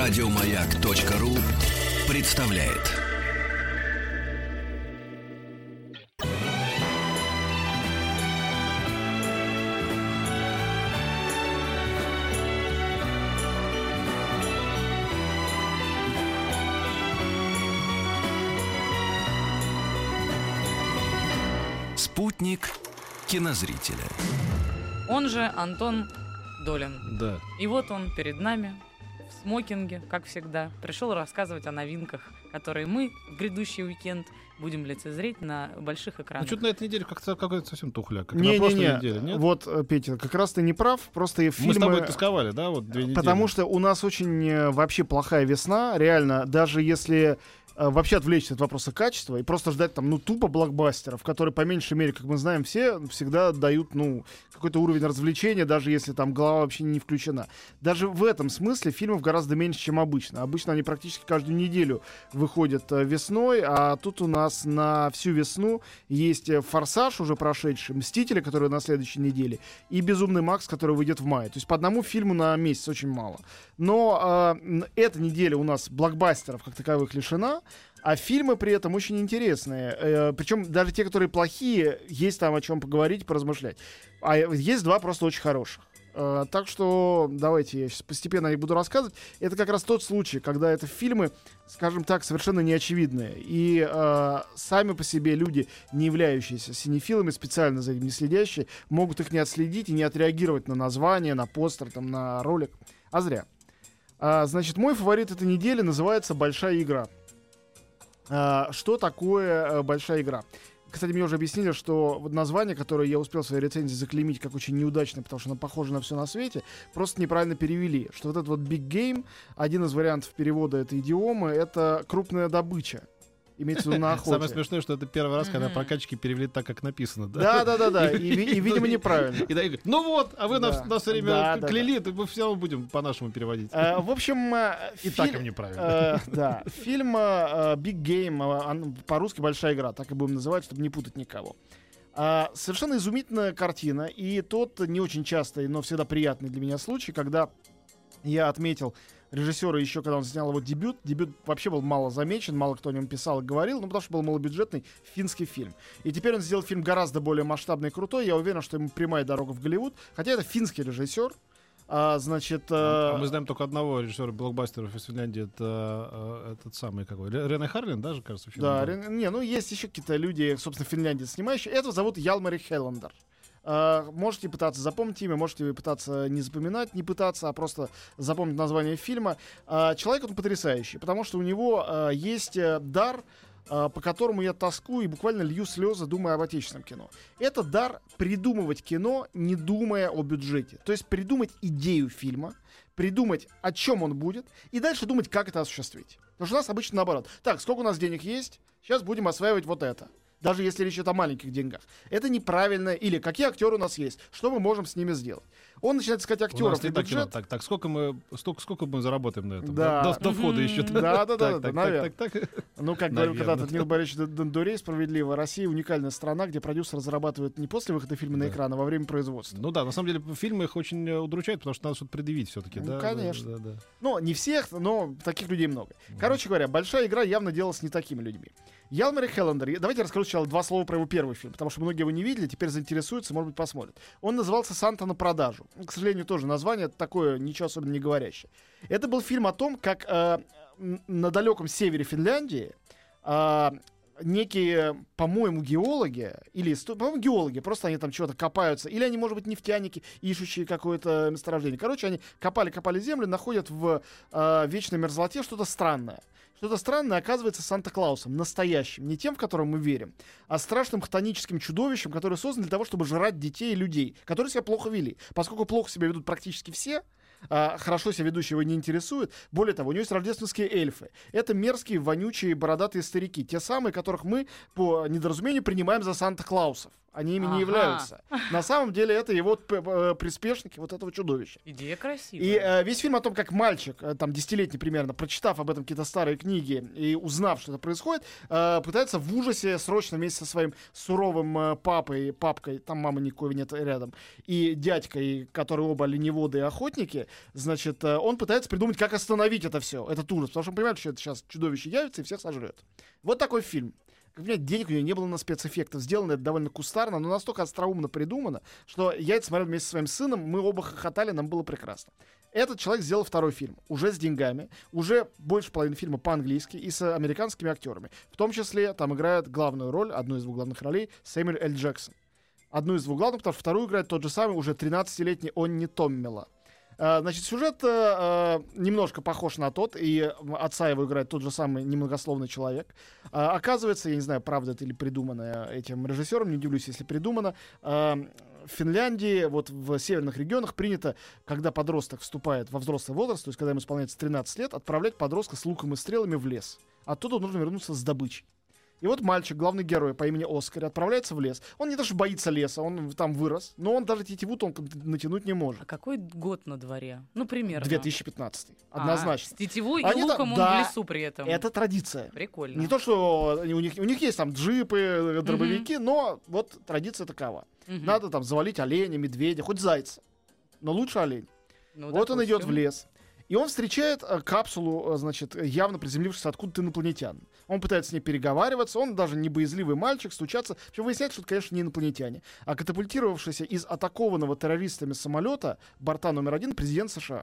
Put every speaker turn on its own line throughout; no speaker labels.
Радиомаяк.ру представляет. Спутник кинозрителя.
Он же Антон Долин.
Да.
И вот он перед нами в смокинге, как всегда, пришел рассказывать о новинках, которые мы в грядущий уикенд будем лицезреть на больших экранах.
Ну, что-то на этой неделе как-то какой-то совсем тухляк. Как на прошлой неделе, нет?
Вот, Петя, как раз ты не прав. Просто и фильмы...
Мы с тобой тосковали, да, вот 2 недели?
Потому что у нас очень вообще плохая весна. Реально, даже если вообще отвлечься от вопроса качества и просто ждать там, тупо блокбастеров, которые, по меньшей мере, как мы знаем все, всегда дают, какой-то уровень развлечения, даже если там голова вообще не включена. Даже в этом смысле фильмов гораздо меньше, чем обычно. Обычно они практически каждую неделю выходят весной, а тут у нас на всю весну есть «Форсаж», уже прошедший, «Мстители», которые на следующей неделе, и «Безумный Макс», который выйдет в мае. То есть по одному фильму на месяц очень мало. Но эта неделя у нас блокбастеров как таковых лишена, а фильмы при этом очень интересные. Причем даже те, которые плохие, есть там о чем поговорить, поразмышлять. А есть 2 просто очень хороших. Так что давайте я сейчас постепенно о них буду рассказывать. Это как раз тот случай, когда это фильмы, скажем так, совершенно неочевидные. И сами по себе люди, не являющиеся синефилами, специально за этим не следящие, могут их не отследить и не отреагировать на название, на постер, там, на ролик. А зря. Значит, мой фаворит этой недели называется «Большая игра». Что такое «Большая игра»? Кстати, мне уже объяснили, что название, которое я успел в своей рецензии заклеймить как очень неудачное, потому что оно похоже на все на свете, просто неправильно перевели. Что вот этот вот Big Game, один из вариантов перевода этой идиомы, это крупная добыча. Имеется в виду на охоте.
Самое смешное, что это первый раз, когда прокачки перевели так, как написано. Да.
И видимо, неправильно.
И говорят, а вы нас все время кляли, так мы все равно будем по-нашему переводить.
В общем,
и так им неправильно.
Да, фильм Big Game, по-русски «Большая игра», так и будем называть, чтобы не путать никого. Совершенно изумительная картина, и тот не очень частый, но всегда приятный для меня случай, когда я отметил режиссера еще, когда он снял его дебют. Дебют вообще был мало замечен, мало кто о нем писал и говорил, потому что был малобюджетный финский фильм. И теперь он сделал фильм гораздо более масштабный и крутой. Я уверен, что ему прямая дорога в Голливуд. Хотя это финский режиссер. Мы
знаем только одного режиссера блокбастеров из Финляндии. Это этот самый какой? Рене Харлин, даже, кажется, в Финляндии.
Да, есть еще какие-то люди, собственно, в Финляндии снимающие. Этого зовут Ялмари Хеллендер. Можете пытаться запомнить имя, можете пытаться не запоминать, не пытаться, а просто запомнить название фильма. Человек он потрясающий, потому что у него есть дар, по которому я тоскую и буквально лью слезы, думая об отечественном кино. Это дар придумывать кино, не думая о бюджете. То есть придумать идею фильма, придумать, о чем он будет, и дальше думать, как это осуществить. Потому что у нас обычно наоборот. Так, сколько у нас денег есть? Сейчас будем осваивать вот это. Даже если речь идет о маленьких деньгах. Это неправильно. Или какие актеры у нас есть? Что мы можем с ними сделать? Он начинает искать актеров и бюджет.
Так, сколько мы заработаем на этом?
Да.
До входа еще.
Да, наверное.
Так.
Как говорил когда-то Даниил Борисович Дондурей, справедливо, Россия уникальная страна, где продюсер разрабатывает не после выхода фильма на экран, а во время производства.
На самом деле фильмы их очень удручают, потому что надо что-то предъявить все-таки.
Конечно. Не всех, но таких людей много. Короче говоря, «Большая игра» явно делалась не такими людьми. Ялмари Хеллендер, давайте я расскажу сначала 2 слова про его первый фильм, потому что многие его не видели, теперь заинтересуются, может быть, посмотрят. Он назывался «Санта на продажу». К сожалению, тоже название такое, ничего особенно не говорящее. Это был фильм о том, как на далеком севере Финляндии некие, по-моему, геологи, по-моему, геологи, просто они там чего-то копаются, или они, может быть, нефтяники, ищущие какое-то месторождение. Короче, они копали землю, находят в вечной мерзлоте что-то странное. Что-то странное оказывается Санта-Клаусом, настоящим, не тем, в котором мы верим, а страшным хтоническим чудовищем, которое создано для того, чтобы жрать детей и людей, которые себя плохо вели. Поскольку плохо себя ведут практически все, хорошо себя ведущие его не интересует. Более того, у него есть рождественские эльфы. Это мерзкие, вонючие, бородатые старики. Те самые, которых мы по недоразумению принимаем за Санта-Клаусов. Они ими не являются. На самом деле это его приспешники вот этого чудовища.
Идея красивая.
И весь фильм о том, как мальчик, там 10-летний примерно, прочитав об этом какие-то старые книги и узнав, что это происходит, пытается в ужасе срочно вместе со своим суровым папкой, там мамы никакой нет рядом, и дядькой, которые оба оленеводы и охотники, значит, он пытается придумать, как остановить это все, этот ужас, потому что он понимает, что это сейчас чудовище явится и всех сожрет. Вот такой фильм. Как у меня денег у него не было на спецэффектов. Сделано это довольно кустарно, но настолько остроумно придумано, что я это смотрел вместе со своим сыном, мы оба хохотали, нам было прекрасно. Этот человек сделал второй фильм, уже с деньгами, уже больше половины фильма по-английски и с американскими актерами. В том числе там играет главную роль, одну из двух главных ролей, Сэмюэль Л. Джексон. Одну из двух главных, потому что вторую играет тот же самый, уже 13-летний Онни Томмела. Значит, сюжет немножко похож на тот, и отца его играет тот же самый немногословный человек. Оказывается, я не знаю, правда это или придумано этим режиссером, не удивлюсь, если придумано, в Финляндии, вот в северных регионах принято, когда подросток вступает во взрослый возраст, то есть когда ему исполняется 13 лет, отправлять подростка с луком и стрелами в лес. Оттуда нужно вернуться с добычей. И вот мальчик, главный герой по имени Оскар, отправляется в лес. Он не то что боится леса, он там вырос, но он даже тетиву толком натянуть не может.
А какой год на дворе? Ну, примерно.
2015. Однозначно.
С тетивой и луком он в лесу при этом.
Это традиция.
Прикольно.
Не то, что у них есть там джипы, дробовики, но вот традиция такова. Надо там завалить оленя, медведя, хоть зайца. Но лучше олень. Ну, вот он идет в лес. И он встречает капсулу, значит, явно приземлившуюся откуда-то инопланетян. Он пытается с ней переговариваться, он даже не боязливый мальчик, стучаться. Причем выясняется, что это, конечно, не инопланетяне, а катапультировавшийся из атакованного террористами самолета борта номер 1 президент США.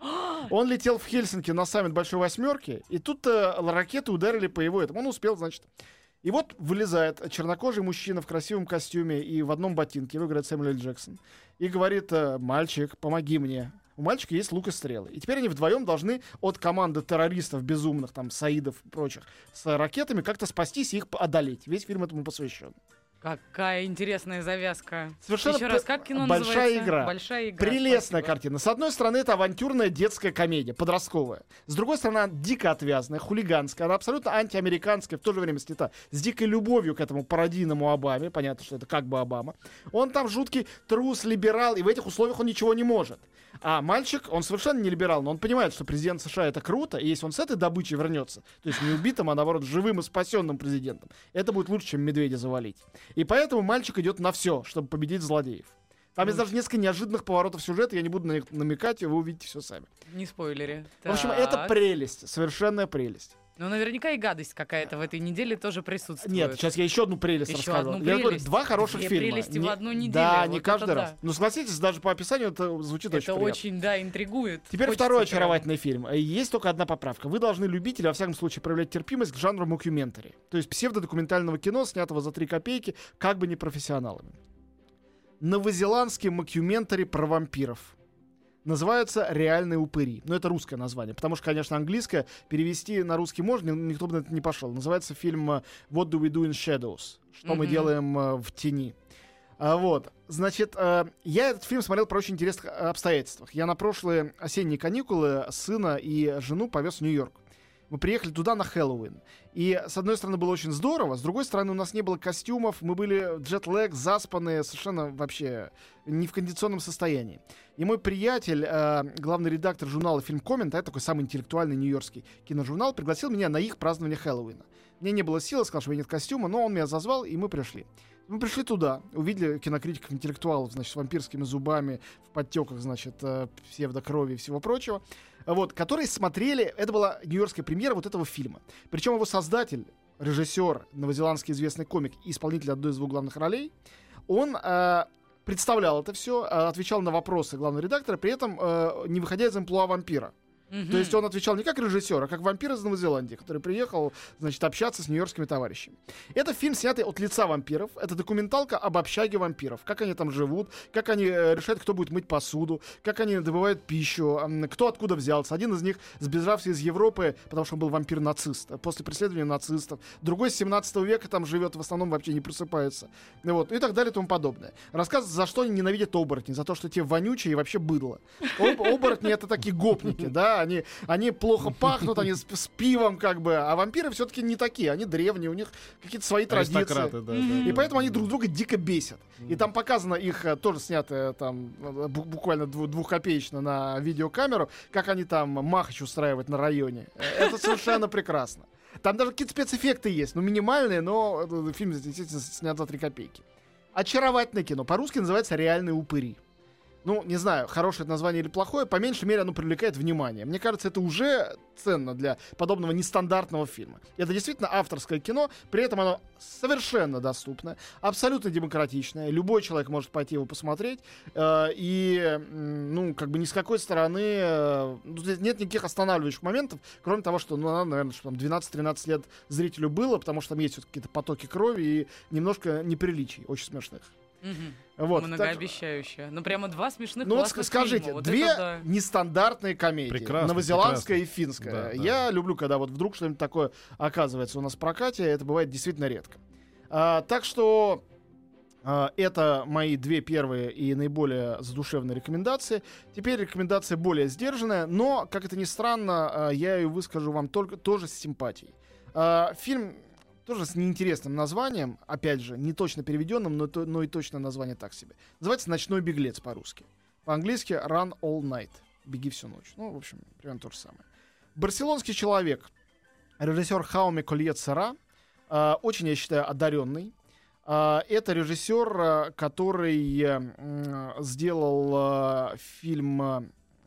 Он летел в Хельсинки на саммит Большой Восьмерки, и тут ракеты ударили по его этому. Он успел, значит. И вот вылезает чернокожий мужчина в красивом костюме и в одном ботинке, его играет Сэмюэл Л. Джексон, и говорит: мальчик, помоги мне. У мальчика есть лук и стрелы. И теперь они вдвоем должны от команды террористов безумных, там, саидов и прочих, с ракетами как-то спастись и их одолеть. Весь фильм этому посвящен.
Какая интересная завязка.
Совершенно
еще раз, как кино
большая
называется?
Игра.
Большая игра.
Прелестная
Спасибо.
картина. С одной стороны, это авантюрная детская комедия, подростковая. С другой стороны, она дико отвязная, хулиганская. Она абсолютно антиамериканская, в то же время снята с дикой любовью к этому пародийному Обаме. Понятно, что это как бы Обама. Он там жуткий трус, либерал, и в этих условиях он ничего не может. А мальчик, он совершенно не либерал, но он понимает, что президент США — это круто, и если он с этой добычей вернется, то есть не убитым, а наоборот живым и спасенным президентом, это будет лучше, чем медведя завалить. И поэтому мальчик идет на все, чтобы победить злодеев. Там есть даже несколько неожиданных поворотов сюжета, я не буду на них намекать, и вы увидите все сами.
Не спойлери.
В общем, это прелесть, совершенная прелесть.
Ну, наверняка и гадость какая-то в этой неделе тоже присутствует.
Нет, сейчас я еще одну прелесть расскажу. Я говорю, два хороших
Две
фильма.
прелести в одну неделю.
Да,
вот
не каждый раз.
Да.
Но согласитесь, даже по описанию это звучит очень приятно.
Это очень, да, интригует.
Теперь
Хочется
второй очаровательный фильм. Есть только одна поправка. Вы должны любить или, во всяком случае, проявлять терпимость к жанру мокюментари. То есть псевдодокументального кино, снятого за 3 копейки, как бы не профессионалами. Новозеландский мокюментари про вампиров. Называется «Реальные упыри». Но это русское название, потому что, конечно, английское перевести на русский можно, никто бы на это не пошел. Называется фильм «What do we do in shadows?» Что мы делаем в тени. Вот, значит, я этот фильм смотрел по очень интересных обстоятельствах. Я на прошлые осенние каникулы сына и жену повез в Нью-Йорк. Мы приехали туда на Хэллоуин. И, с одной стороны, было очень здорово, с другой стороны, у нас не было костюмов, мы были джет-лэг, заспанные, совершенно вообще не в кондиционном состоянии. И мой приятель, главный редактор журнала «Фильм Коммент», это такой самый интеллектуальный нью-йоркский киножурнал, пригласил меня на их празднование Хэллоуина. Мне не было силы, сказал, что у меня нет костюма, но он меня зазвал, и мы пришли. Мы пришли туда, увидели кинокритиков-интеллектуалов, значит, с вампирскими зубами, в подтеках, значит, псевдокрови и всего прочего, вот, которые смотрели, это была нью-йоркская премьера вот этого фильма. Причем его создатель, режиссер, новозеландский известный комик и исполнитель одной из 2 главных ролей, он представлял это все, отвечал на вопросы главного редактора, при этом не выходя из амплуа вампира. То есть он отвечал не как режиссер, а как вампир из Новой Зеландии, который приехал, значит, общаться с нью-йоркскими товарищами. Это фильм, снятый от лица вампиров. Это документалка об общаге вампиров. Как они там живут, как они решают, кто будет мыть посуду, как они добывают пищу, кто откуда взялся. Один из них сбежавший из Европы, потому что он был вампир-нацист, после преследования нацистов. Другой с 17 века там живет, в основном вообще не просыпается. Вот, и так далее и тому подобное. Рассказывает, за что они ненавидят оборотней. За то, что те вонючие и вообще быдло. Оборотни — это такие гопники, да, они плохо пахнут, они с пивом как бы, а вампиры все-таки не такие, они древние, у них какие-то свои традиции. И поэтому они друг друга дико бесят. И там показано их, тоже снято там буквально двухкопеечно на видеокамеру, как они там махач устраивают на районе. Это совершенно прекрасно. Там даже какие-то спецэффекты есть, минимальные, но фильм действительно снят за 3 копейки. Очаровательное кино. По-русски называется «Реальные упыри». Не знаю, хорошее это название или плохое, по меньшей мере оно привлекает внимание. Мне кажется, это уже ценно для подобного нестандартного фильма. Это действительно авторское кино, при этом оно совершенно доступное, абсолютно демократичное. Любой человек может пойти его посмотреть. И, ни с какой стороны здесь нет никаких останавливающих моментов, кроме того, что, надо, наверное, что там 12-13 лет зрителю было, потому что там есть вот какие-то потоки крови и немножко неприличий, очень смешных.
Вот, многообещающая. Прямо 2 смешных классных
скажите,
фильма.
2 нестандартные комедии. Новозеландская и финская.
Да.
Я люблю, когда вот вдруг что-нибудь такое оказывается у нас в прокате. Это бывает действительно редко. Так что это мои 2 первые и наиболее задушевные рекомендации. Теперь рекомендация более сдержанная, но, как это ни странно, я ее выскажу вам тоже с симпатией. Фильм тоже с неинтересным названием, опять же, не точно переведенным, но и точно название так себе. Называется «Ночной беглец» по-русски. По-английски «Run All Night». «Беги всю ночь». В общем, примерно то же самое. «Барселонский человек». Режиссер Хауме Кольет-Сера. Очень, я считаю, одаренный. Это режиссер, который сделал фильм...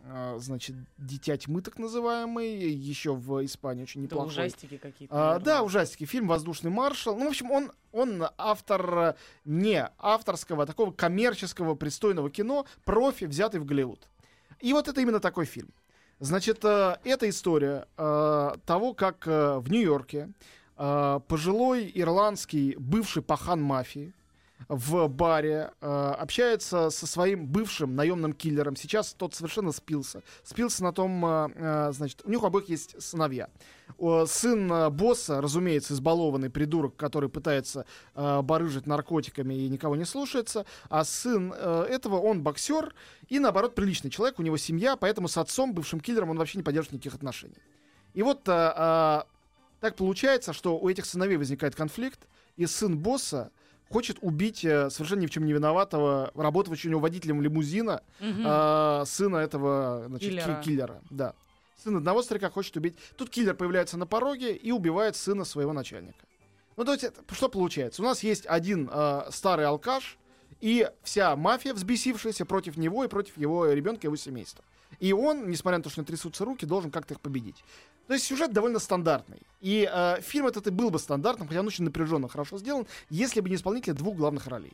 «Дитя тьмы», так называемый, еще в Испании очень неплохой.
Это ужастики какие-то.
Да, ужастики. Фильм «Воздушный маршал». В общем, он автор не авторского, такого коммерческого, пристойного кино, профи, взятый в Голливуд. И вот это именно такой фильм. Это история того, как в Нью-Йорке пожилой ирландский бывший пахан мафии в баре общается со своим бывшим наемным киллером. Сейчас тот совершенно спился. Спился на том, у них у обоих есть сыновья. Сын босса, разумеется, избалованный придурок, который пытается барыжить наркотиками и никого не слушается. А сын этого, он боксер и, наоборот, приличный человек. У него семья, поэтому с отцом, бывшим киллером, он вообще не поддерживает никаких отношений. И вот так получается, что у этих сыновей возникает конфликт, и сын босса хочет убить совершенно ни в чем не виноватого, работавшего у него водителем лимузина, сына этого киллера. Да. Сын одного старика хочет убить. Тут киллер появляется на пороге и убивает сына своего начальника. То есть, что получается? У нас есть один старый алкаш и вся мафия, взбесившаяся против него и против его ребенка и его семейства. И он, несмотря на то, что у него трясутся руки, должен как-то их победить. То есть сюжет довольно стандартный. И фильм этот и был бы стандартным, хотя он очень напряженно, хорошо сделан, если бы не исполнители 2 главных ролей.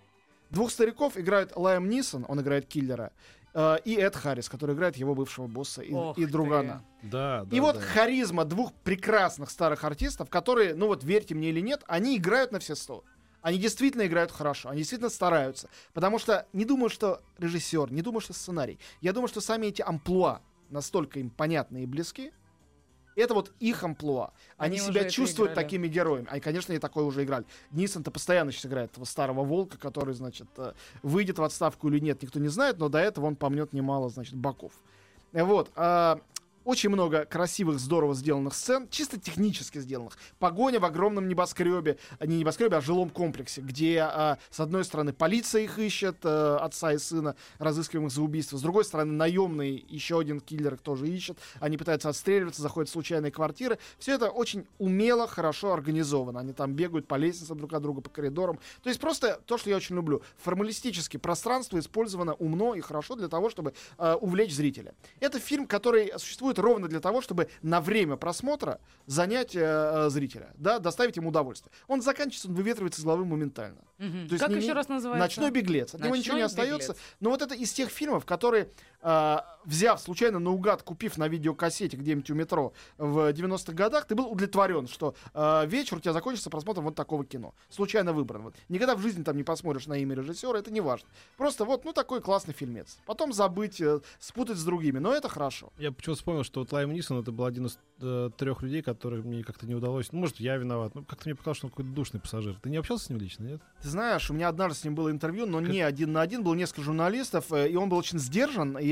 2 стариков играют Лайам Нисон, он играет киллера, и Эд Харрис, который играет его бывшего босса и другана. И вот харизма 2 прекрасных старых артистов, которые, верьте мне или нет, они играют на все 100. Они действительно играют хорошо, они действительно стараются. Потому что не думаю, что режиссер, не думаю, что сценарий. Я думаю, что сами эти амплуа настолько им понятны и близки. Это вот их амплуа. Они себя чувствуют такими героями. Они, конечно, и такое уже играли. Нисон-то постоянно сейчас играет этого старого волка, который, выйдет в отставку или нет, никто не знает, но до этого он помнет немало, боков. Вот. Очень много красивых, здорово сделанных сцен, чисто технически сделанных. Погоня в огромном небоскребе, не небоскребе, а жилом комплексе, где, с одной стороны, полиция их ищет, отца и сына, разыскиваемых за убийство. С другой стороны, наемный, еще один киллер их тоже ищет. Они пытаются отстреливаться, заходят в случайные квартиры. Все это очень умело, хорошо организовано. Они там бегают по лестницам друг от друга, по коридорам. То есть просто то, что я очень люблю. Формалистически пространство использовано умно и хорошо для того, чтобы увлечь зрителя. Это фильм, который существует ровно для того, чтобы на время просмотра занять зрителя, да, доставить ему удовольствие. Он заканчивается, он выветривается из головы моментально.
То есть как еще раз называется?
«Ночной беглец». От него ничего не остается. Но вот это из тех фильмов, которые, взяв случайно наугад, купив на видеокассете где-нибудь у метро в 90-х годах, ты был удовлетворен, что вечер у тебя закончится просмотром вот такого кино. Случайно выбран. Никогда в жизни там не посмотришь на имя режиссера, это не важно. Просто такой классный фильмец. Потом забыть, спутать с другими, но это хорошо.
Я почему-то вспомнил, что Лайам Нисон это был один из 3 людей, которых мне как-то не удалось. Может, я виноват. Как-то мне показалось, что он какой-то душный пассажир. Ты не общался с ним лично, нет?
Ты знаешь, у меня однажды с ним было интервью, но не один на один, было несколько журналистов, и он был очень сдержан, и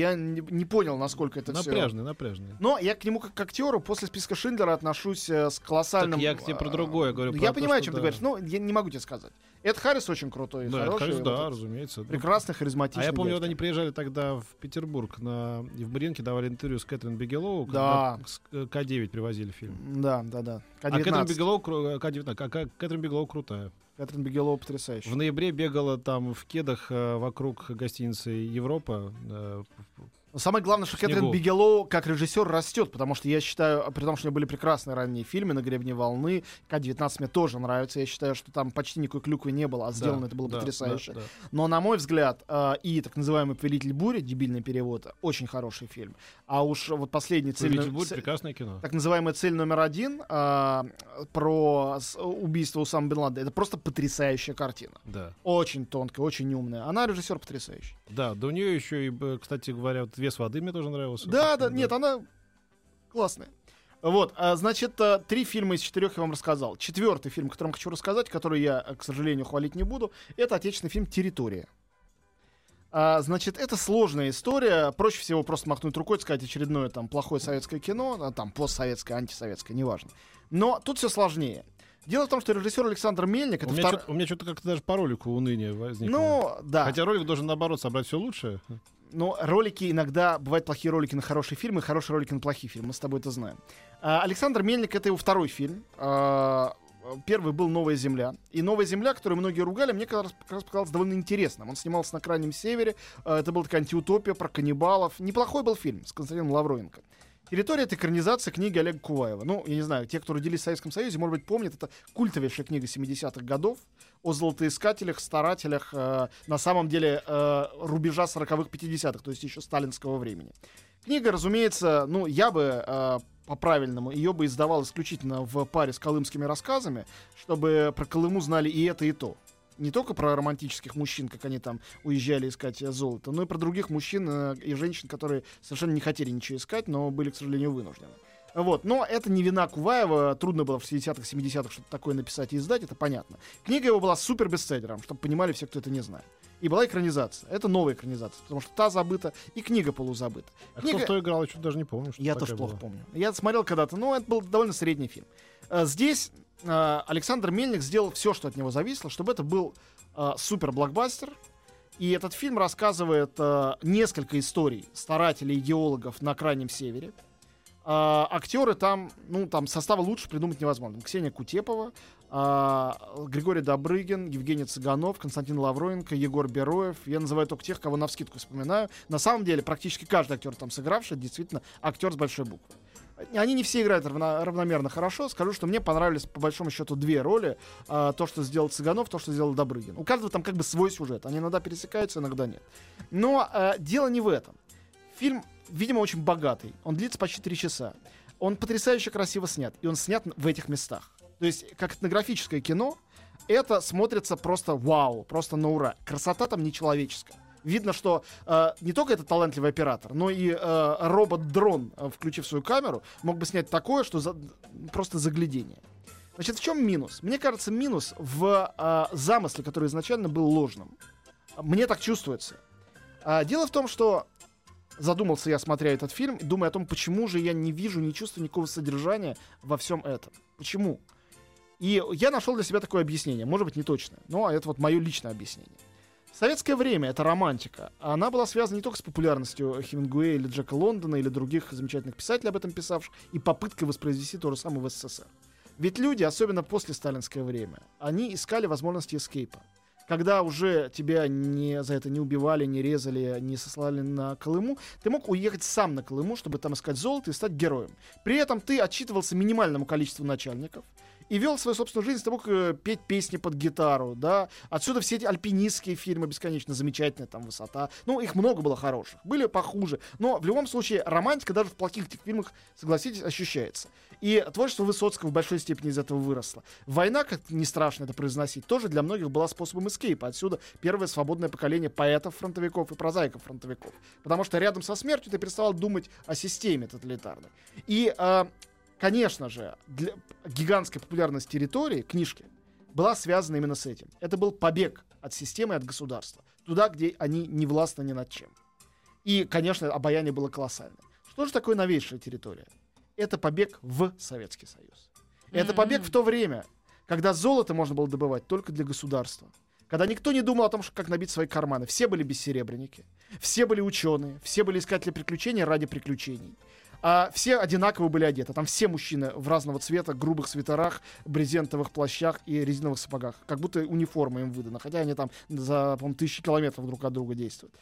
я не понял, насколько это все...
Напряжный.
Но я к нему как к актеру после «Списка Шиндлера» отношусь с колоссальным...
Так я к тебе про другое говорю.
Я понимаю, о чем ты говоришь, но я не могу тебе сказать. Эд Харрис очень крутой,
Да,
хороший.
Харрис, да, разумеется.
Прекрасный, харизматичный.
А я помню,
дядька.
когда они приезжали тогда в Петербург, и в Бринке давали интервью с Кэтрин Бигелоу,
Да.
когда с К9 привозили фильм.
Да.
А Кэтрин
К-19.
Бигелоу, Кэтрин Бигелоу крутая.
Кэтрин Бигелоу потрясающая.
В ноябре бегала там в кедах вокруг гостиницы «Европа».
Но самое главное, что
Снегу.
Кэтрин Бигелоу как режиссер растет, потому что я считаю, при том, что у нее были прекрасные ранние фильмы «На гребне волны», К-19 мне тоже нравится, я считаю, что там почти никакой клюквы не было, а сделано это было потрясающе.
Да.
Но, на мой взгляд, и так называемый «Повелитель бури», дебильный перевод, очень хороший фильм. А уж вот последний
«Повелитель бури» прекрасное кино.
так называемая «Цель номер один» про убийство Усама бен Ладена, это просто потрясающая картина.
Да.
Очень тонкая, очень умная. Она режиссер потрясающий.
Да, у нее еще и, кстати говоря, вот «Вес воды» мне тоже нравился.
Да, нет, она классная. Вот, значит, 3 фильма из 4 я вам рассказал. 4-й фильм, о котором хочу рассказать, который я, к сожалению, хвалить не буду, это отечественный фильм «Территория». Значит, это сложная история. Проще всего просто махнуть рукой, сказать очередное там плохое советское кино, там постсоветское, антисоветское, неважно. Но тут все сложнее. Дело в том, что режиссер Александр Мельник...
У меня что-то как-то даже по ролику уныние возникло.
Ну, да.
Хотя ролик должен, наоборот, собрать все лучшее.
Но ролики иногда... Бывают плохие ролики на хорошие фильмы, хорошие ролики на плохие фильмы. Мы с тобой это знаем. Александр Мельник — это его второй фильм. Первый был «Новая земля». И «Новая земля», которую многие ругали, мне как раз показалось довольно интересным. Он снимался на Крайнем Севере. Это была такая антиутопия про каннибалов. Неплохой был фильм с Константином Лавровенко. «Территория» — это экранизация книги Олега Куваева. Ну, я не знаю, те, кто родились в Советском Союзе, может быть, помнят, это культовейшая книга 70-х годов о золотоискателях, старателях, на самом деле, рубежа 40-х, 50-х, то есть еще сталинского времени. Книга, разумеется, ну, я бы по-правильному ее бы издавал исключительно в паре с колымскими рассказами, чтобы про Колыму знали и это, и то. Не только про романтических мужчин, как они там уезжали искать золото, но и про других мужчин и женщин, которые совершенно не хотели ничего искать, но были, к сожалению, вынуждены. Вот. Но это не вина Куваева. Трудно было в 60-х, 70-х что-то такое написать и издать, это понятно. Книга его была супер бестселлером, чтобы понимали все, кто это не знает. И была экранизация. Это новая экранизация, потому что та забыта, и книга полузабыта.
Кто в то играл, я что-то даже не помню.
Я тоже плохо помню. Я смотрел когда-то, но это был довольно средний фильм. Здесь Александр Мельник сделал все, что от него зависело, чтобы это был супер-блокбастер. И этот фильм рассказывает несколько историй старателей и геологов на Крайнем Севере. Актеры там, ну, там состава лучше придумать невозможно. Ксения Кутепова, Григорий Добрыгин, Евгений Цыганов, Константин Лавровенко, Егор Бероев. Я называю только тех, кого навскидку вспоминаю. На самом деле, практически каждый актер там сыгравший, действительно, актер с большой буквы. Они не все играют равномерно хорошо. Скажу, что мне понравились, по большому счету, 2 роли. То, что сделал Цыганов, то, что сделал Добрыгин. У каждого там как бы свой сюжет. Они иногда пересекаются, иногда нет. Но дело не в этом. Фильм, видимо, очень богатый. Он длится почти 3 часа. Он потрясающе красиво снят. И он снят в этих местах. То есть, как этнографическое кино, это смотрится просто вау, просто на ура. Красота там нечеловеческая. Видно, что не только это талантливый оператор, но и робот-дрон, включив свою камеру, мог бы снять такое, что просто заглядение. Значит, в чем минус? Мне кажется, минус в замысле, который изначально был ложным. Мне так чувствуется. Дело в том, что задумался я, смотря этот фильм, и думая о том, почему же я не вижу, не чувствую никакого содержания во всем этом. Почему? И я нашел для себя такое объяснение. Может быть, не точное, но это вот мое личное объяснение. Советское время, это романтика. Она была связана не только с популярностью Хемингуэя или Джека Лондона или других замечательных писателей, об этом писавших, и попыткой воспроизвести то же самое в СССР. Ведь люди, особенно после сталинское время, они искали возможности эскейпа. Когда уже тебя за это не убивали, не резали, не сослали на Колыму, ты мог уехать сам на Колыму, чтобы там искать золото и стать героем. При этом ты отчитывался минимальному количеству начальников и вел свою собственную жизнь, ты мог петь песни под гитару, да. Отсюда все эти альпинистские фильмы бесконечно замечательные, там «Высота». Ну, их много было хороших, были похуже. Но в любом случае романтика даже в плохих этих фильмах, согласитесь, ощущается. И творчество Высоцкого в большой степени из этого выросло. Война, как не страшно это произносить, тоже для многих была способом эскейпа. Отсюда первое свободное поколение поэтов-фронтовиков и прозаиков-фронтовиков. Потому что рядом со смертью ты переставал думать о системе тоталитарной. И конечно же, гигантская популярность территории, книжки, была связана именно с этим. Это был побег от системы и от государства. Туда, где они не властны ни над чем. И, конечно, обаяние было колоссальное. Что же такое новейшая территория? Это побег в Советский Союз. Это побег в то время, когда золото можно было добывать только для государства. Когда никто не думал о том, как набить свои карманы. Все были бессеребренники, все были ученые, все были искатели приключений ради приключений. А все одинаково были одеты. Там все мужчины в разного цвета, грубых свитерах, брезентовых плащах и резиновых сапогах. Как будто униформа им выдана. Хотя они там за, по-моему, 1000 километров друг от друга действуют.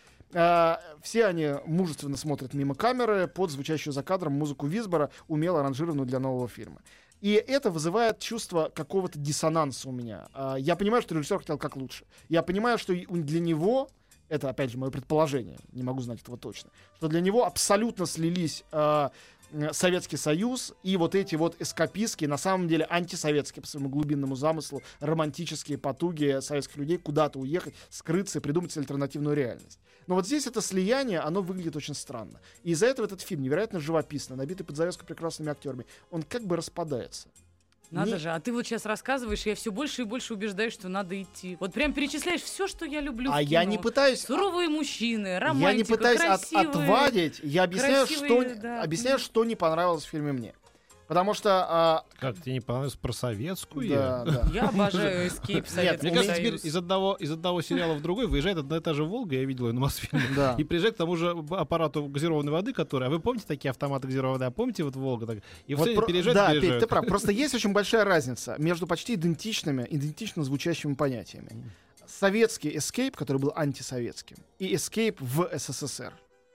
Все они мужественно смотрят мимо камеры под звучащую за кадром музыку Висбора, умело аранжированную для нового фильма. И это вызывает чувство какого-то диссонанса у меня. Я понимаю, что режиссер хотел как лучше. Я понимаю, что для него... Это, опять же, мое предположение, не могу знать этого точно, что для него абсолютно слились Советский Союз и вот эти вот эскапистские, на самом деле антисоветские по своему глубинному замыслу, романтические потуги советских людей куда-то уехать, скрыться и придумать альтернативную реальность. Но вот здесь это слияние, оно выглядит очень странно. И из-за этого этот фильм невероятно живописно, набитый под завязку прекрасными актерами. Он как бы распадается.
Надо же, а ты вот сейчас рассказываешь, и я все больше и больше убеждаюсь, что надо идти. Вот прям перечисляешь все, что я люблю в кино.
Я не пытаюсь...
Суровые мужчины, романтика,
я не пытаюсь
красивые,
я объясняю, что не понравилось в фильме мне. Потому что...
Как тебе не понравилось про советскую?
Да.
Я обожаю Escape Советский
Мне кажется, теперь
Союз.
из одного сериала в другой выезжает одна и та же «Волга», я видел ее на Мосфильме, и приезжает к тому же аппарату газированной воды, который... А вы помните такие автоматы газированной воды? А помните вот «Волга»? Так, и вот все переезжают.
Да, Петь, ты прав. Просто есть очень большая разница между почти идентично звучащими понятиями. Советский Escape, который был антисоветским, и Escape в СССР.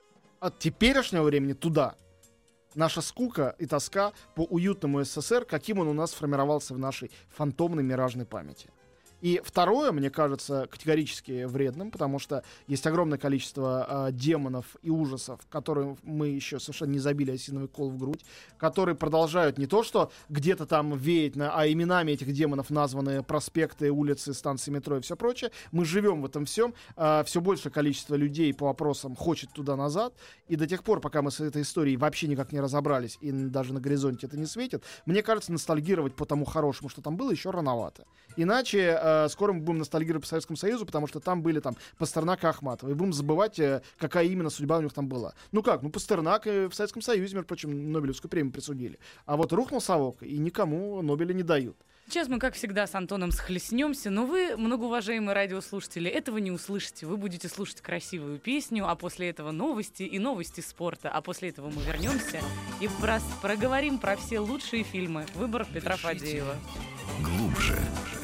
От теперешнего времени туда наша скука и тоска по уютному СССР, каким он у нас сформировался в нашей фантомной миражной памяти. И второе, мне кажется, категорически вредным, потому что есть огромное количество демонов и ужасов, которые мы еще совершенно не забили осиновый кол в грудь, которые продолжают не то, что где-то там веять, а именами этих демонов названы проспекты, улицы, станции метро и все прочее. Мы живем в этом всем. Все большее количество людей по вопросам хочет туда-назад. И до тех пор, пока мы с этой историей вообще никак не разобрались, и даже на горизонте это не светит, мне кажется, ностальгировать по тому хорошему, что там было, еще рановато. Иначе скоро мы будем ностальгировать по Советскому Союзу, потому что там были там Пастернак и Ахматова. И будем забывать, какая именно судьба у них там была. Ну как? Ну Пастернак в Советском Союзе, между прочим, Нобелевскую премию присудили. А вот рухнул совок, и никому Нобеля не дают.
Сейчас мы, как всегда, с Антоном схлестнемся, но вы, многоуважаемые радиослушатели, этого не услышите. Вы будете слушать красивую песню, а после этого новости и новости спорта. А после этого мы вернемся и проговорим про все лучшие фильмы. Выбор Петра Фадеева.
Глубже.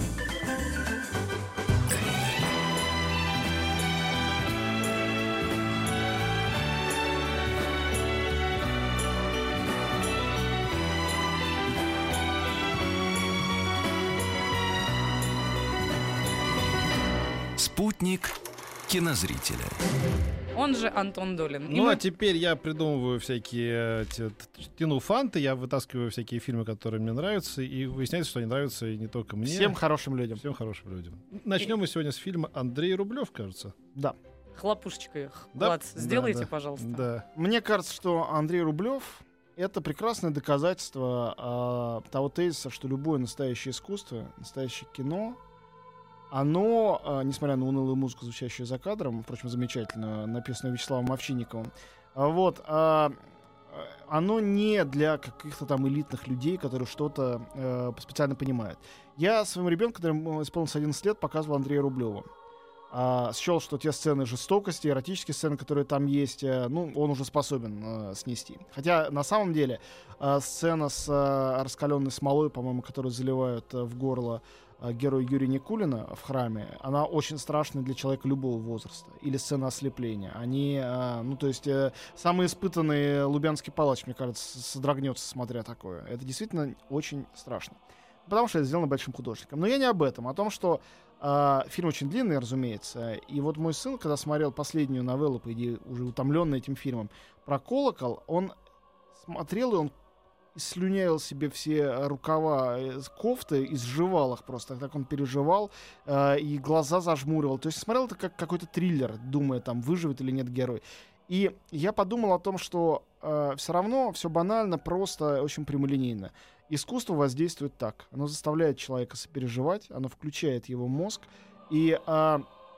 Спутник кинозрителя.
Он же Антон Долин.
Ну, а теперь я придумываю всякие... Тяну фанты, я вытаскиваю всякие фильмы, которые мне нравятся, и выясняется, что они нравятся и не только мне.
Всем хорошим людям.
Всем хорошим людям. Начнем мы сегодня с фильма «Андрей Рублев», кажется.
Да.
Хлопушечкой.
Да?
Влад, сделайте,
да,
пожалуйста.
Да.
Мне кажется, что Андрей Рублев — это прекрасное доказательство того тезиса, что любое настоящее искусство, настоящее кино, оно, несмотря на унылую музыку, звучащую за кадром, впрочем, замечательно написанную Вячеславом Овчинниковым, оно не для каких-то там элитных людей, которые что-то специально понимают. Я своему ребенку, которому исполнилось 11 лет, показывал Андрея Рублева. Счел, что те сцены жестокости, эротические сцены, которые там есть, он уже способен снести. Хотя, на самом деле, сцена с раскаленной смолой, по-моему, которую заливают в горло героя Юрия Никулина в храме, она очень страшная для человека любого возраста. Или сцена ослепления. Они, самый испытанный лубянский палач, мне кажется, содрогнется, смотря такое. Это действительно очень страшно. Потому что это сделано большим художником. Но я не об этом, а о том, что фильм очень длинный, разумеется. И вот мой сын, когда смотрел последнюю новеллу, по идее, уже утомленный этим фильмом, про колокол, он смотрел, и он слюнявил себе все рукава кофты и сживал их просто. Так он переживал и глаза зажмуривал. То есть смотрел это как какой-то триллер, думая, там, выживет или нет герой. И я подумал о том, что все равно все банально, просто, очень прямолинейно. Искусство воздействует так. Оно заставляет человека сопереживать, оно включает его мозг. И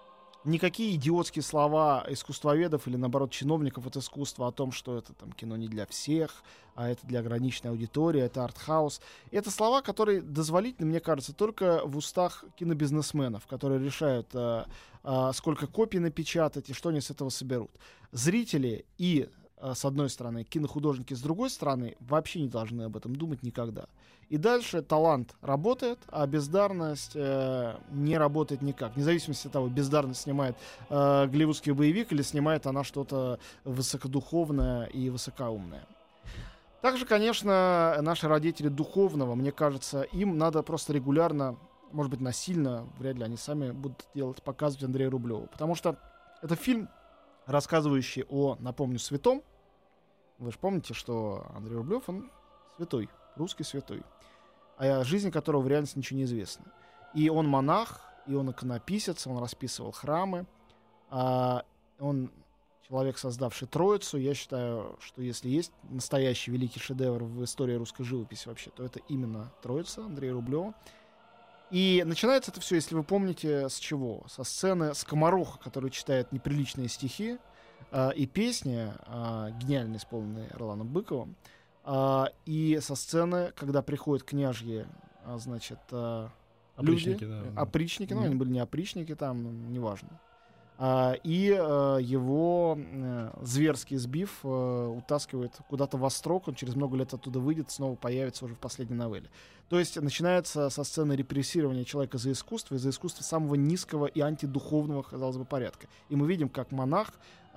никакие идиотские слова искусствоведов или, наоборот, чиновников от искусства о том, что это там кино не для всех, а это для ограниченной аудитории, это артхаус. Это слова, которые дозволительны, мне кажется, только в устах кинобизнесменов, которые решают, сколько копий напечатать и что они с этого соберут. Зрители и, с одной стороны, кинохудожники с другой стороны вообще не должны об этом думать никогда. И дальше талант работает, а бездарность не работает никак. Вне зависимости от того, бездарность снимает голливудский боевик или снимает она что-то высокодуховное и высокоумное. Также, конечно, наши родители духовного, мне кажется, им надо просто регулярно, может быть, насильно, вряд ли они сами будут делать, показывать Андрея Рублева. Потому что это фильм, рассказывающий о, напомню, святом. Вы же помните, что Андрей Рублев, он святой, русский святой, о жизни которого в реальности ничего не известно. И он монах, и он иконописец, он расписывал храмы, он человек, создавший Троицу. Я считаю, что если есть настоящий великий шедевр в истории русской живописи вообще, то это именно Троица Андрея Рублева. И начинается это все, если вы помните, с чего? Со сцены скомороха, который читает неприличные стихи, и песни, гениально исполненные Роланом Быковым, и со сцены, когда приходят княжьи, значит,
Опричники,
люди,
да.
опричники, ну, они были не опричники там, неважно. И его, зверски сбив, утаскивает куда-то во строк, он через много лет оттуда выйдет, снова появится уже в последней новелле. То есть начинается со сцены репрессирования человека за искусство самого низкого и антидуховного, казалось бы, порядка. И мы видим, как монах,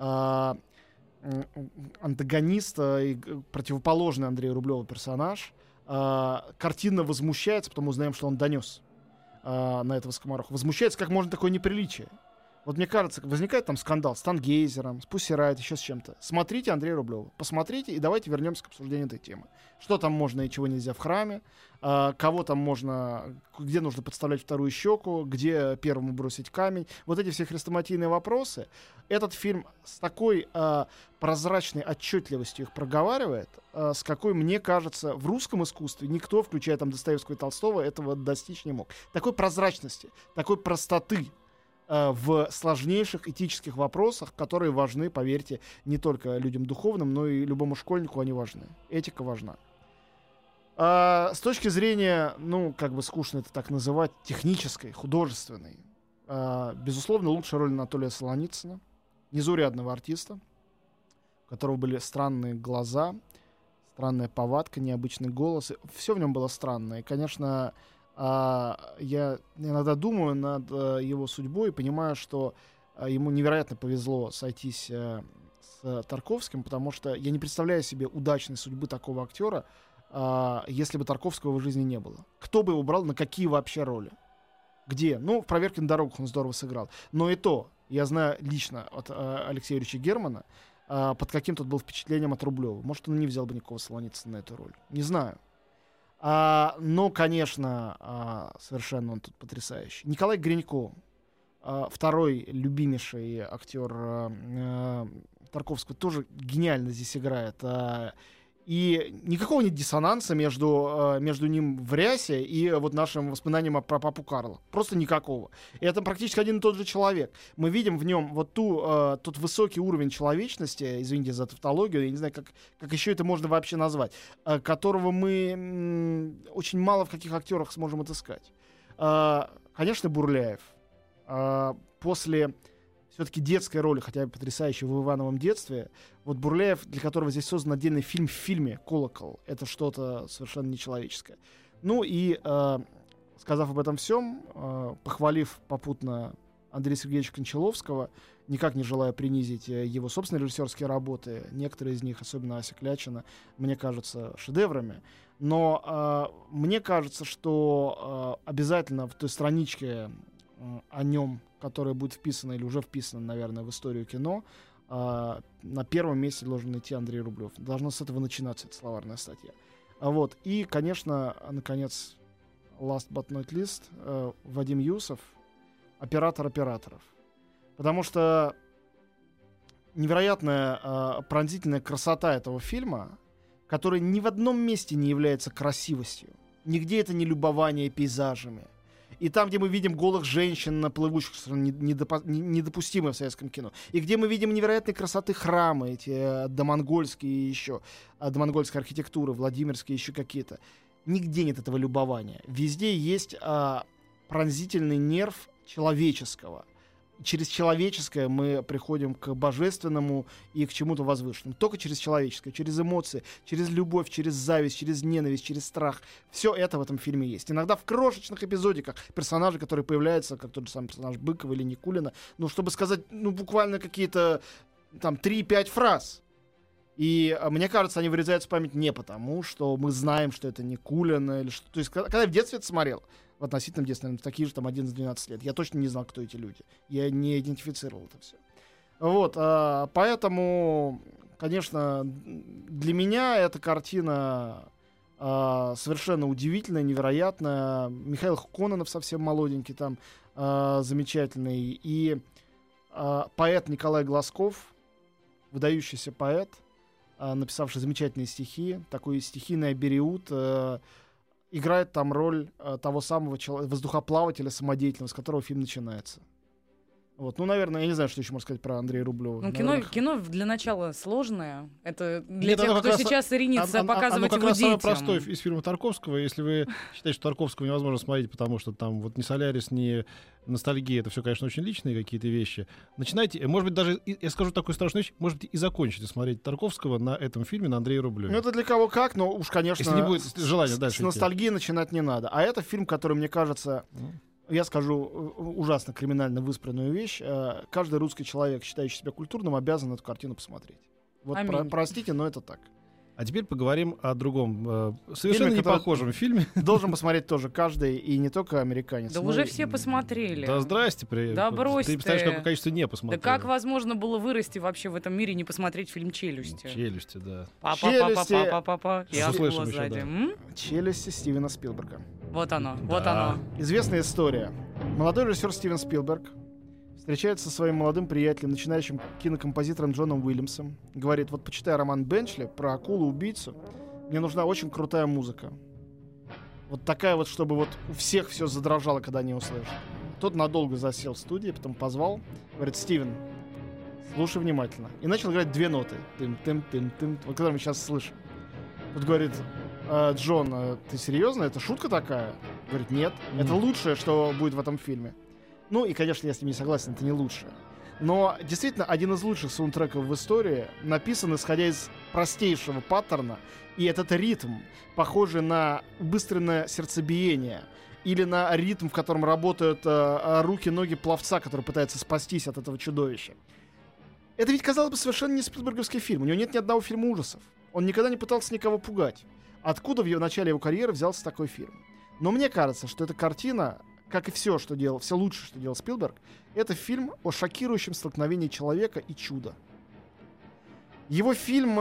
антагонист и противоположный Андрею Рублеву персонаж, картинно возмущается, потом узнаем, что он донес на этого скомороха. Возмущается, как можно такое неприличие. Вот мне кажется, возникает там скандал с Тангейзером, с Pussy Riot, еще с чем-то. Смотрите Андрея Рублева, посмотрите, и давайте вернемся к обсуждению этой темы. Что там можно и чего нельзя в храме, кого там можно, где нужно подставлять вторую щеку, где первому бросить камень. Вот эти все хрестоматийные вопросы. Этот фильм с такой прозрачной отчетливостью их проговаривает, с какой, мне кажется, в русском искусстве никто, включая там Достоевского и Толстого, этого достичь не мог. Такой прозрачности, такой простоты в сложнейших этических вопросах, которые важны, поверьте, не только людям духовным, но и любому школьнику они важны. Этика важна. С точки зрения, ну, как бы скучно это так называть, технической, художественной, безусловно, лучшая роль Анатолия Солоницына, незаурядного артиста, у которого были странные глаза, странная повадка, необычный голос. Все в нем было странное. И, конечно, я иногда думаю над его судьбой и понимаю, что ему невероятно повезло сойтись с Тарковским, потому что я не представляю себе удачной судьбы такого актера, если бы Тарковского в жизни не было. Кто бы его брал, на какие вообще роли? Где? Ну, в «Проверке на дорогах» он здорово сыграл. Но и то, я знаю лично от Алексея Юрьевича Германа, под каким тут был впечатлением от Рублева. Может, он не взял бы никакого Солоницына на эту роль. Не знаю. Но, конечно, совершенно он тут потрясающий. Николай Гринько, второй любимейший актер Тарковского, тоже гениально здесь играет. И никакого нет диссонанса между ним в рясе и вот нашим воспоминанием про папу Карла. Просто никакого. И это практически один и тот же человек. Мы видим в нем вот тот высокий уровень человечности, извините за тавтологию, я не знаю, как еще это можно вообще назвать, которого мы очень мало в каких актерах сможем отыскать. Конечно, Бурляев. После все-таки детской роли, хотя бы потрясающей в Ивановом детстве, вот Бурляев, для которого здесь создан отдельный фильм в фильме «Колокол», это что-то совершенно нечеловеческое. Ну и, сказав об этом всем, похвалив попутно Андрея Сергеевича Кончаловского, никак не желая принизить его собственные режиссерские работы, некоторые из них, особенно Ася Клячина, мне кажутся шедеврами, но мне кажется, что обязательно в той страничке о нем, которая будет вписана или уже вписана, наверное, в историю кино, на первом месте должен идти Андрей Рублев. Должна с этого начинаться эта словарная статья. Вот. И, конечно, наконец, last but not least, Вадим Юсов, оператор операторов. Потому что невероятная пронзительная красота этого фильма, который ни в одном месте не является красивостью. Нигде это не любование пейзажами. и там, где мы видим голых женщин на плывущих, что недопустимое в советском кино, и где мы видим невероятной красоты храмы, эти домонгольские еще, домонгольская архитектура, Владимирские еще какие-то. Нигде нет этого любования. Везде есть пронзительный нерв человеческого. Через человеческое мы приходим к божественному и к чему-то возвышенному. Только через человеческое, через эмоции, через любовь, через зависть, через ненависть, через страх. Все это в этом фильме есть. Иногда в крошечных эпизодиках персонажи, которые появляются, как тот же самый персонаж Быкова или Никулина, чтобы сказать, буквально какие-то там 3-5 фраз. И мне кажется, они вырезаются в память не потому, что мы знаем, что это Никулина или что. То есть, когда я в детстве это смотрел, в относительном детстве, наверное, такие же там 11-12 лет, я точно не знал, кто эти люди. Я не идентифицировал это все. Вот, поэтому, конечно, для меня эта картина совершенно удивительная, невероятная. Михаил Кононов совсем молоденький там, замечательный. И поэт Николай Глазков, выдающийся поэт, написавший замечательные стихи, такой стихийный абериут, играет там роль того самого воздухоплавателя самодеятельного, с которого фильм начинается. Вот. Наверное, я не знаю, что еще можно сказать про Андрея Рублева.
Кино для начала сложное. Это для тех, кто сейчас ринится показывать его детям.
Самое простое из фильма Тарковского. Если вы считаете, что Тарковского невозможно смотреть, потому что там вот ни «Солярис», ни «Ностальгия», это все, конечно, очень личные какие-то вещи. Начинайте, может быть, даже, я скажу такую страшную вещь, может быть, и закончите смотреть Тарковского на этом фильме, на Андрея Рублева.
Это для кого как, но уж, конечно,
если не будет желания дальше
с «Ностальгией» начинать не надо. А это фильм, который, мне кажется... Я скажу ужасно криминально выспренную вещь. Каждый русский человек, считающий себя культурным, обязан эту картину посмотреть. Вот простите, но это так.
А теперь поговорим о другом, совершенно не похожем фильме.
Должен посмотреть тоже каждый, и не только американец.
Да уже все посмотрели.
Да здрасте.
Да брось
ты. Представляешь, какое количество не посмотрели.
Да как возможно было вырасти вообще в этом мире и не посмотреть фильм «Челюсти»?
«Челюсти», да.
Папа. Я
услышим еще,
сзади.
да.
«Челюсти» Стивена Спилберга.
Вот оно, вот оно.
Известная история. Молодой режиссер Стивен Спилберг встречается со своим молодым приятелем, начинающим кинокомпозитором Джоном Уильямсом. Говорит: вот почитай роман Бенчли про акулу-убийцу. Мне нужна очень крутая музыка. Вот такая вот, чтобы вот у всех все задрожало, когда они услышат. Тот надолго засел в студии, потом позвал. Говорит: Стивен, слушай внимательно. И начал играть 2 ноты. Тым-тым-тым-тым, вот которые мы сейчас слышим. Тут говорит: Джон, ты серьезно? Это шутка такая? Говорит: нет. Это лучшее, что будет в этом фильме. И, конечно, я с ним не согласен, это не лучшее. Но действительно, один из лучших саундтреков в истории написан, исходя из простейшего паттерна. И этот ритм, похожий на быстрое сердцебиение, или на ритм, в котором работают руки-ноги пловца, который пытается спастись от этого чудовища. Это ведь, казалось бы, совершенно не спилберговский фильм. У него нет ни одного фильма ужасов. Он никогда не пытался никого пугать. Откуда в начале его карьеры взялся такой фильм? Но мне кажется, что эта картина, как и все, что делал, все лучшее, что делал Спилберг, это фильм о шокирующем столкновении человека и чуда. Его фильм,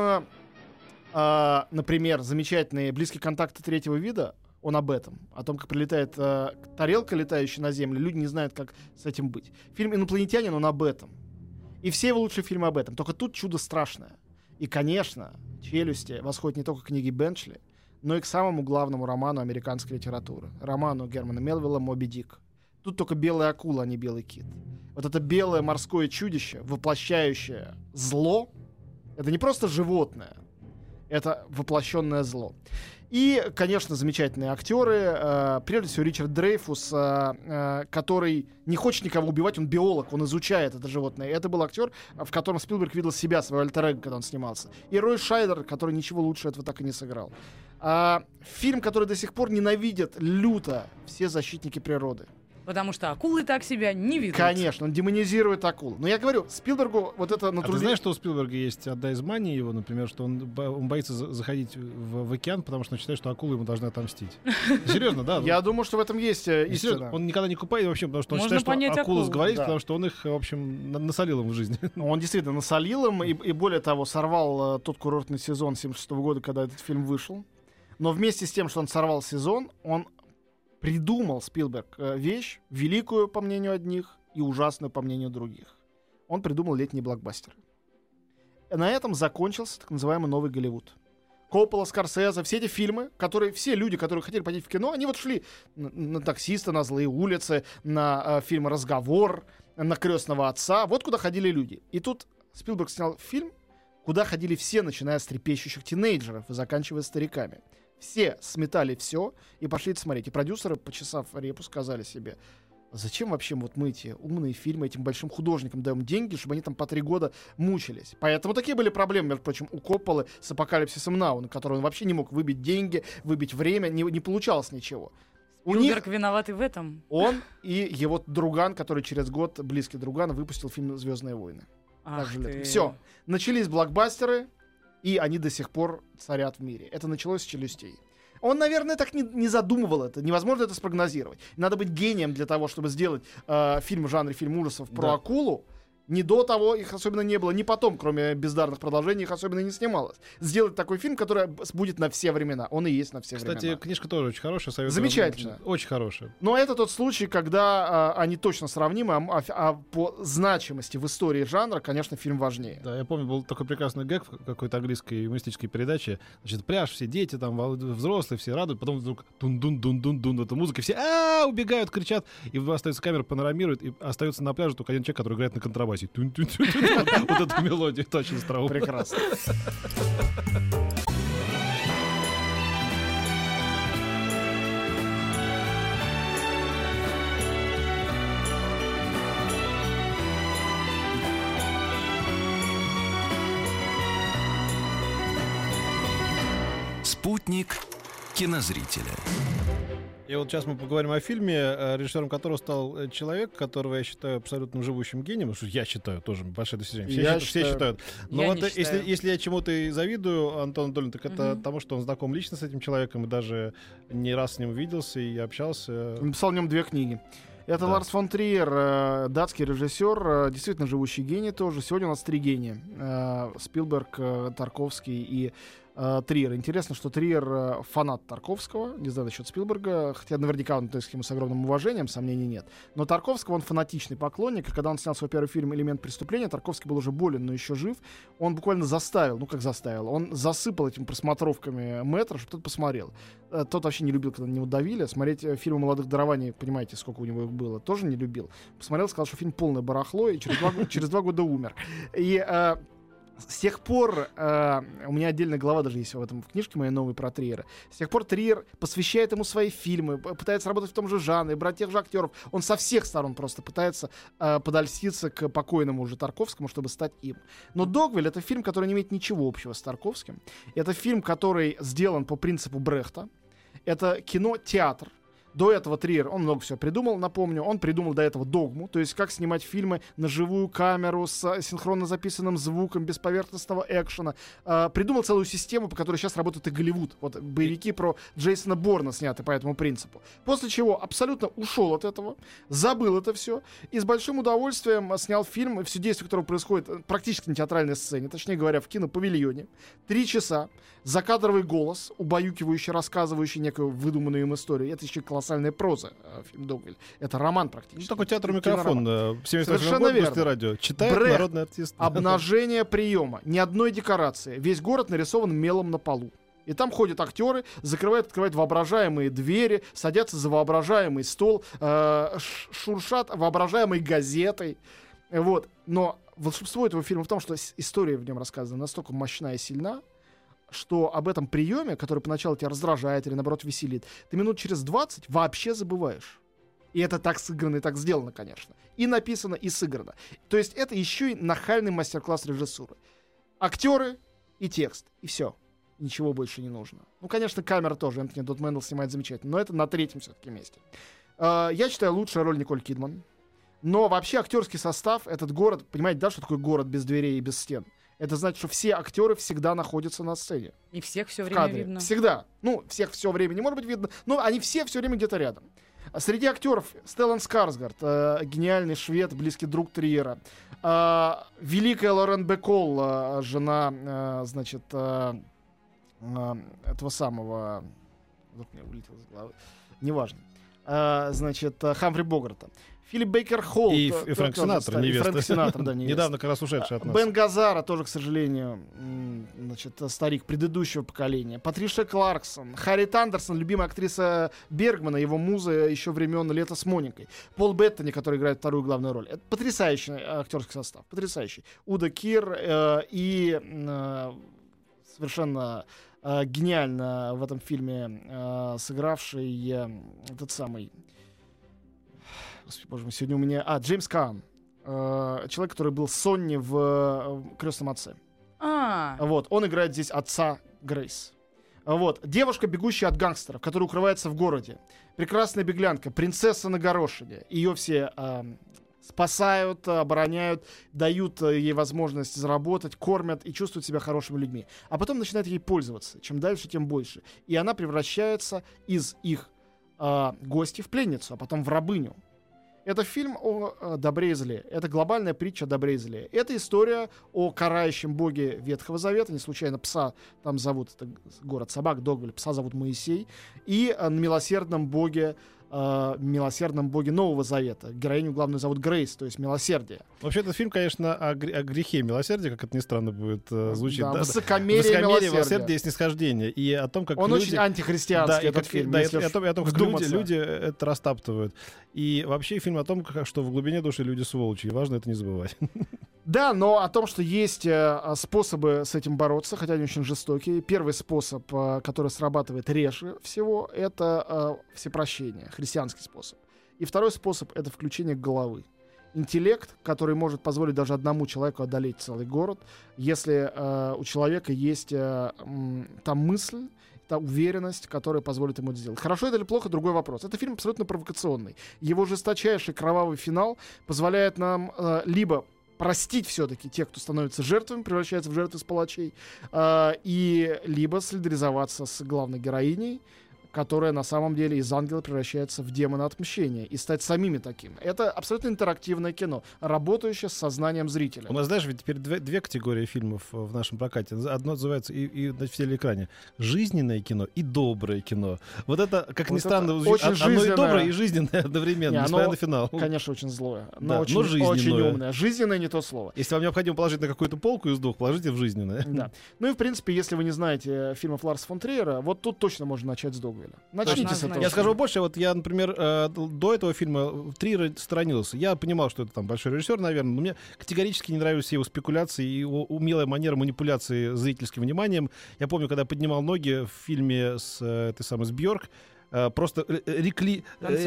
например, замечательный «Близкие контакты третьего вида», он об этом. О том, как прилетает тарелка, летающая на Землю. Люди не знают, как с этим быть. Фильм «Инопланетянин», он об этом. И все его лучшие фильмы об этом. Только тут чудо страшное. И, конечно, «Челюсти» восходят не только к книге Бенчли, но и к самому главному роману американской литературы. Роману Германа Мелвилла «Моби Дик». Тут только белая акула, а не белый кит. Вот это белое морское чудище, воплощающее зло, это не просто животное, это воплощенное зло. И, конечно, замечательные актеры. Прежде всего, Ричард Дрейфус, который не хочет никого убивать, он биолог, он изучает это животное. И это был актер, в котором Спилберг видел себя, своего альтер-эго, когда он снимался. И Рой Шайдер, который ничего лучше этого так и не сыграл. Фильм, который до сих пор ненавидят люто все защитники природы.
Потому что акулы так себя не ведут.
Конечно, он демонизирует акул. Но я говорю, Спилбергу вот это натурально...
А ты знаешь, что у Спилберга есть одна из маний его, например, что он боится заходить в океан, потому что он считает, что акулы ему должны отомстить. Серьезно, да?
Я думаю, что в этом есть истина.
Он никогда не купает вообще, потому что он считает, что акулы сговорить, потому что он их, в общем, насолил им в жизни.
Он действительно насолил им, и более того, сорвал тот курортный сезон 1976 года, когда этот фильм вышел. Но вместе с тем, что он сорвал сезон, он придумал, Спилберг, вещь, великую, по мнению одних, и ужасную, по мнению других. Он придумал летние блокбастеры. На этом закончился так называемый новый Голливуд. Коппола, Скорсезе, все эти фильмы, которые все люди, которые хотели пойти в кино, они вот шли на «Таксиста», на «Злые улицы», на фильм «Разговор», на «Крестного отца». Вот куда ходили люди. И тут Спилберг снял фильм, куда ходили все, начиная с трепещущих тинейджеров и заканчивая стариками. Все сметали все и пошли это смотреть. И продюсеры, почесав репу, сказали себе: зачем вообще вот мы эти умные фильмы этим большим художникам даем деньги, чтобы они там по 3 года мучились. Поэтому такие были проблемы, между прочим, у Копполы с «Апокалипсисом Нау», на который он вообще не мог выбить деньги, выбить время, не получалось ничего. У
Спилберг
них
виноват и в этом.
он и его друган, который через год, близкий друган, выпустил фильм «Звездные войны».
Ах ты.
Все. Начались блокбастеры, и они до сих пор царят в мире. Это началось с «Челюстей». Он, наверное, так не задумывал это. Невозможно это спрогнозировать. Надо быть гением для того, чтобы сделать фильм в жанре фильм ужасов про акулу. Ни до того их особенно не было, ни потом, кроме бездарных продолжений, их особенно не снималось. Сделать такой фильм, который будет на все времена. Он и есть на все времена.
Кстати, книжка тоже очень хорошая. Советую.
Замечательно.
Очень хорошая.
Но это тот случай, когда они точно сравнимы, а по значимости в истории жанра, конечно, фильм важнее.
Да, я помню, был такой прекрасный гэг в какой-то английской юмористической передаче. Значит, пляж, все дети, там, взрослые, все радуют, потом вдруг тун-дун-дун-дун-дун, эта музыка, все убегают, кричат, и остается камера, панорамирует, и остается на пляже только один человек, который играет на контрабасе. Вот эту мелодию, это очень остроумно.
Прекрасно.
Спутник кинозрителя.
И вот сейчас мы поговорим о фильме, режиссером которого стал человек, которого я считаю абсолютно живущим гением. Что я считаю, тоже большое достижение. Все считают. Но
Я
вот
не считаю.
если я чему-то и завидую Антону Долину, так это тому, что он знаком лично с этим человеком, и даже не раз с ним виделся и общался.
Написал о нем 2 книги. Это
Да.
Ларс фон Триер, датский режиссер, действительно живущий гений тоже. Сегодня у нас 3 гения. Спилберг, Тарковский и Триер. Интересно, что Триер фанат Тарковского, не знаю насчет Спилберга, хотя наверняка он относится к нему с огромным уважением, сомнений нет. Но Тарковского он фанатичный поклонник, и когда он снял свой первый фильм «Элемент преступления», Тарковский был уже болен, но еще жив. Он буквально заставил, он засыпал этими просмотровками мэтра, чтобы тот посмотрел. Тот вообще не любил, когда на него давили. Смотреть фильмы «Молодых дарований», понимаете, сколько у него их было, тоже не любил. Посмотрел, сказал, что фильм полное барахло, и через 2 года умер. И с тех пор, у меня отдельная глава даже есть в книжке моей новой про Триера. С тех пор Триер посвящает ему свои фильмы, пытается работать в том же жанре, брать тех же актеров. Он со всех сторон просто пытается подольститься к покойному уже Тарковскому, чтобы стать им. Но «Догвилль» — это фильм, который не имеет ничего общего с Тарковским. Это фильм, который сделан по принципу Брехта. Это кино-театр. До этого Триер, он много всего придумал, напомню. Он придумал до этого «Догму», то есть как снимать фильмы на живую камеру с синхронно записанным звуком, без поверхностного экшена. Придумал целую систему, по которой сейчас работает и Голливуд. Вот боевики про Джейсона Борна сняты по этому принципу. После чего абсолютно ушел от этого, забыл это все и с большим удовольствием снял фильм, все действие которого происходит практически на театральной сцене, точнее говоря, в кинопавильоне. 3 часа, закадровый голос, убаюкивающий, рассказывающий некую выдуманную им историю. Это еще колоссальная проза, фильм «Догвилль». Это роман практически.
Такой театр-микрофон.
Совершенно верно.
Радио. Читает
Брехт.
народный артист.
Обнажение приема. Ни одной декорации. Весь город нарисован мелом на полу. И там ходят актеры, открывают воображаемые двери, садятся за воображаемый стол, шуршат воображаемой газетой. Вот. Но волшебство этого фильма в том, что история в нем рассказана настолько мощна и сильна, что об этом приеме, который поначалу тебя раздражает или, наоборот, веселит, ты минут через 20 вообще забываешь. И это так сыграно и так сделано, конечно. И написано, и сыграно. То есть это еще и нахальный мастер-класс режиссуры. Актеры и текст. И все. Ничего больше не нужно. Ну, конечно, камера тоже. Энтони Дот Мэндл снимает замечательно. Но это на 3-м все-таки месте. Я считаю, лучшая роль Николь Кидман. Но вообще актерский состав, этот город, понимаете, да, что такое город без дверей и без стен? Это значит, что все актеры всегда находятся на сцене.
И всех все
В
время
кадре.
видно.
Всегда. Ну, всех все время не может быть видно, но они все время где-то рядом. Среди актеров Стеллан Скарсгард, гениальный швед, близкий друг Триера. Великая Лорен Бекол, жена, значит, этого самого... Вдруг мне вылетело из головы. Неважно. значит, Хамфри Богарта. Филипп Бейкер Холт.
И Фрэнк Синатра, невеста.
Фрэнк Синатра, да, невеста.
Недавно как раз ушедший от нас.
Бен Газара, тоже, к сожалению, значит, старик предыдущего поколения. Патриша Кларксон. Харриет Андерсон, любимая актриса Бергмана, его муза еще времен «Лето с Моникой». Пол Беттани, который играет вторую главную роль. Это потрясающий актерский состав. Потрясающий. Уда Кир и совершенно гениально в этом фильме сыгравший этот самый... Господи, боже мой, сегодня у меня... Джеймс Каан. Человек, который был Сонни в «Крестном отце». Вот, он играет здесь отца Грейс. Вот, девушка, бегущая от гангстеров, которая укрывается в городе. Прекрасная беглянка, принцесса на горошине. Ее все спасают, обороняют, дают ей возможность заработать, кормят и чувствуют себя хорошими людьми. А потом начинают ей пользоваться. Чем дальше, тем больше. И она превращается из их гостей в пленницу, а потом в рабыню. Это фильм о добре и зле. Это глобальная притча о добре и зле. Это история о карающем боге Ветхого Завета. Не случайно пса там зовут, это город собак, Догвиль, пса зовут Моисей. И милосердном боге Нового Завета. Героиню главную зовут Грейс, то есть милосердие.
Вообще, этот фильм, конечно, о грехе милосердия, как это ни странно будет звучить.
Да, высокомерие
милосердия и снисхождения. И о том, как
он
люди...
очень антихристианский, этот фильм.
Да, и о том, как люди это растаптывают. И вообще фильм о том, что в глубине души люди сволочи. И важно это не забывать.
Да, но о том, что есть способы с этим бороться, хотя они очень жестокие. Первый способ, который срабатывает реже всего, это всепрощение, христианский способ. И второй способ — это включение головы. Интеллект, который может позволить даже одному человеку одолеть целый город, если у человека есть та мысль, та уверенность, которая позволит ему это сделать. Хорошо это или плохо — другой вопрос. Это фильм абсолютно провокационный. Его жесточайший кровавый финал позволяет нам либо простить все-таки тех, кто становится жертвами, превращается в жертвы с палачей, и либо солидаризоваться с главной героиней, которая на самом деле из ангела превращается в демона отмщения, и стать самими таким. Это абсолютно интерактивное кино, работающее с сознанием зрителя.
У нас, знаешь, ведь теперь две категории фильмов в нашем прокате. Одно называется и на телеэкране: жизненное кино и доброе кино. Вот это, как ни странно, оно и доброе, и жизненное одновременно, несмотря на финал.
Конечно, очень злое, но
да,
очень умное. Жизненное — не то слово.
Если вам необходимо положить на какую-то полку из двух, положите в жизненное.
Да. Ну и, в принципе, если вы не знаете фильмов Ларса фон Триера, вот тут точно можно начать с Догвилля. Начните с этого.
Я скажу больше. Вот я, например, до этого фильма Триера сторонился. Я понимал, что это там большой режиссер, наверное, но мне категорически не нравились его спекуляции и его умелая манера манипуляции зрительским вниманием. Я помню, когда поднимал ноги в фильме с Бьорк, просто реки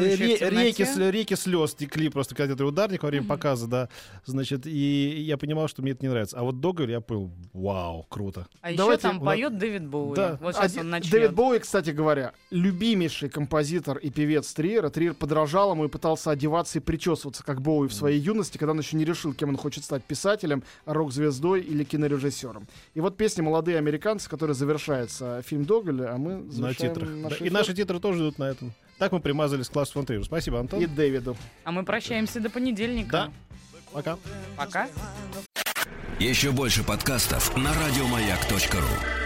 слез текли просто, когда это ударник во время показа, да, значит, и я понимал, что мне это не нравится. А вот Догвиль, я понял, вау, круто.
А еще там поет Дэвид Боуи.
Да.
Вот сейчас он начнет.
Дэвид Боуи, кстати говоря, любимейший композитор и певец Триера. Триер подражал ему и пытался одеваться и причесываться, как Боуи в своей юности, когда он еще не решил, кем он хочет стать: писателем, рок-звездой или кинорежиссером. И вот песня «Молодые американцы», которая завершается фильм Догвилля, а мы завершаем
и наши титры тоже идут на этом. Так мы примазались к Ларсу фон Триеру. Спасибо, Антон.
И Дэвиду.
А мы прощаемся до понедельника.
Да. Пока.
Пока.
Еще больше подкастов на радиомаяк.ру.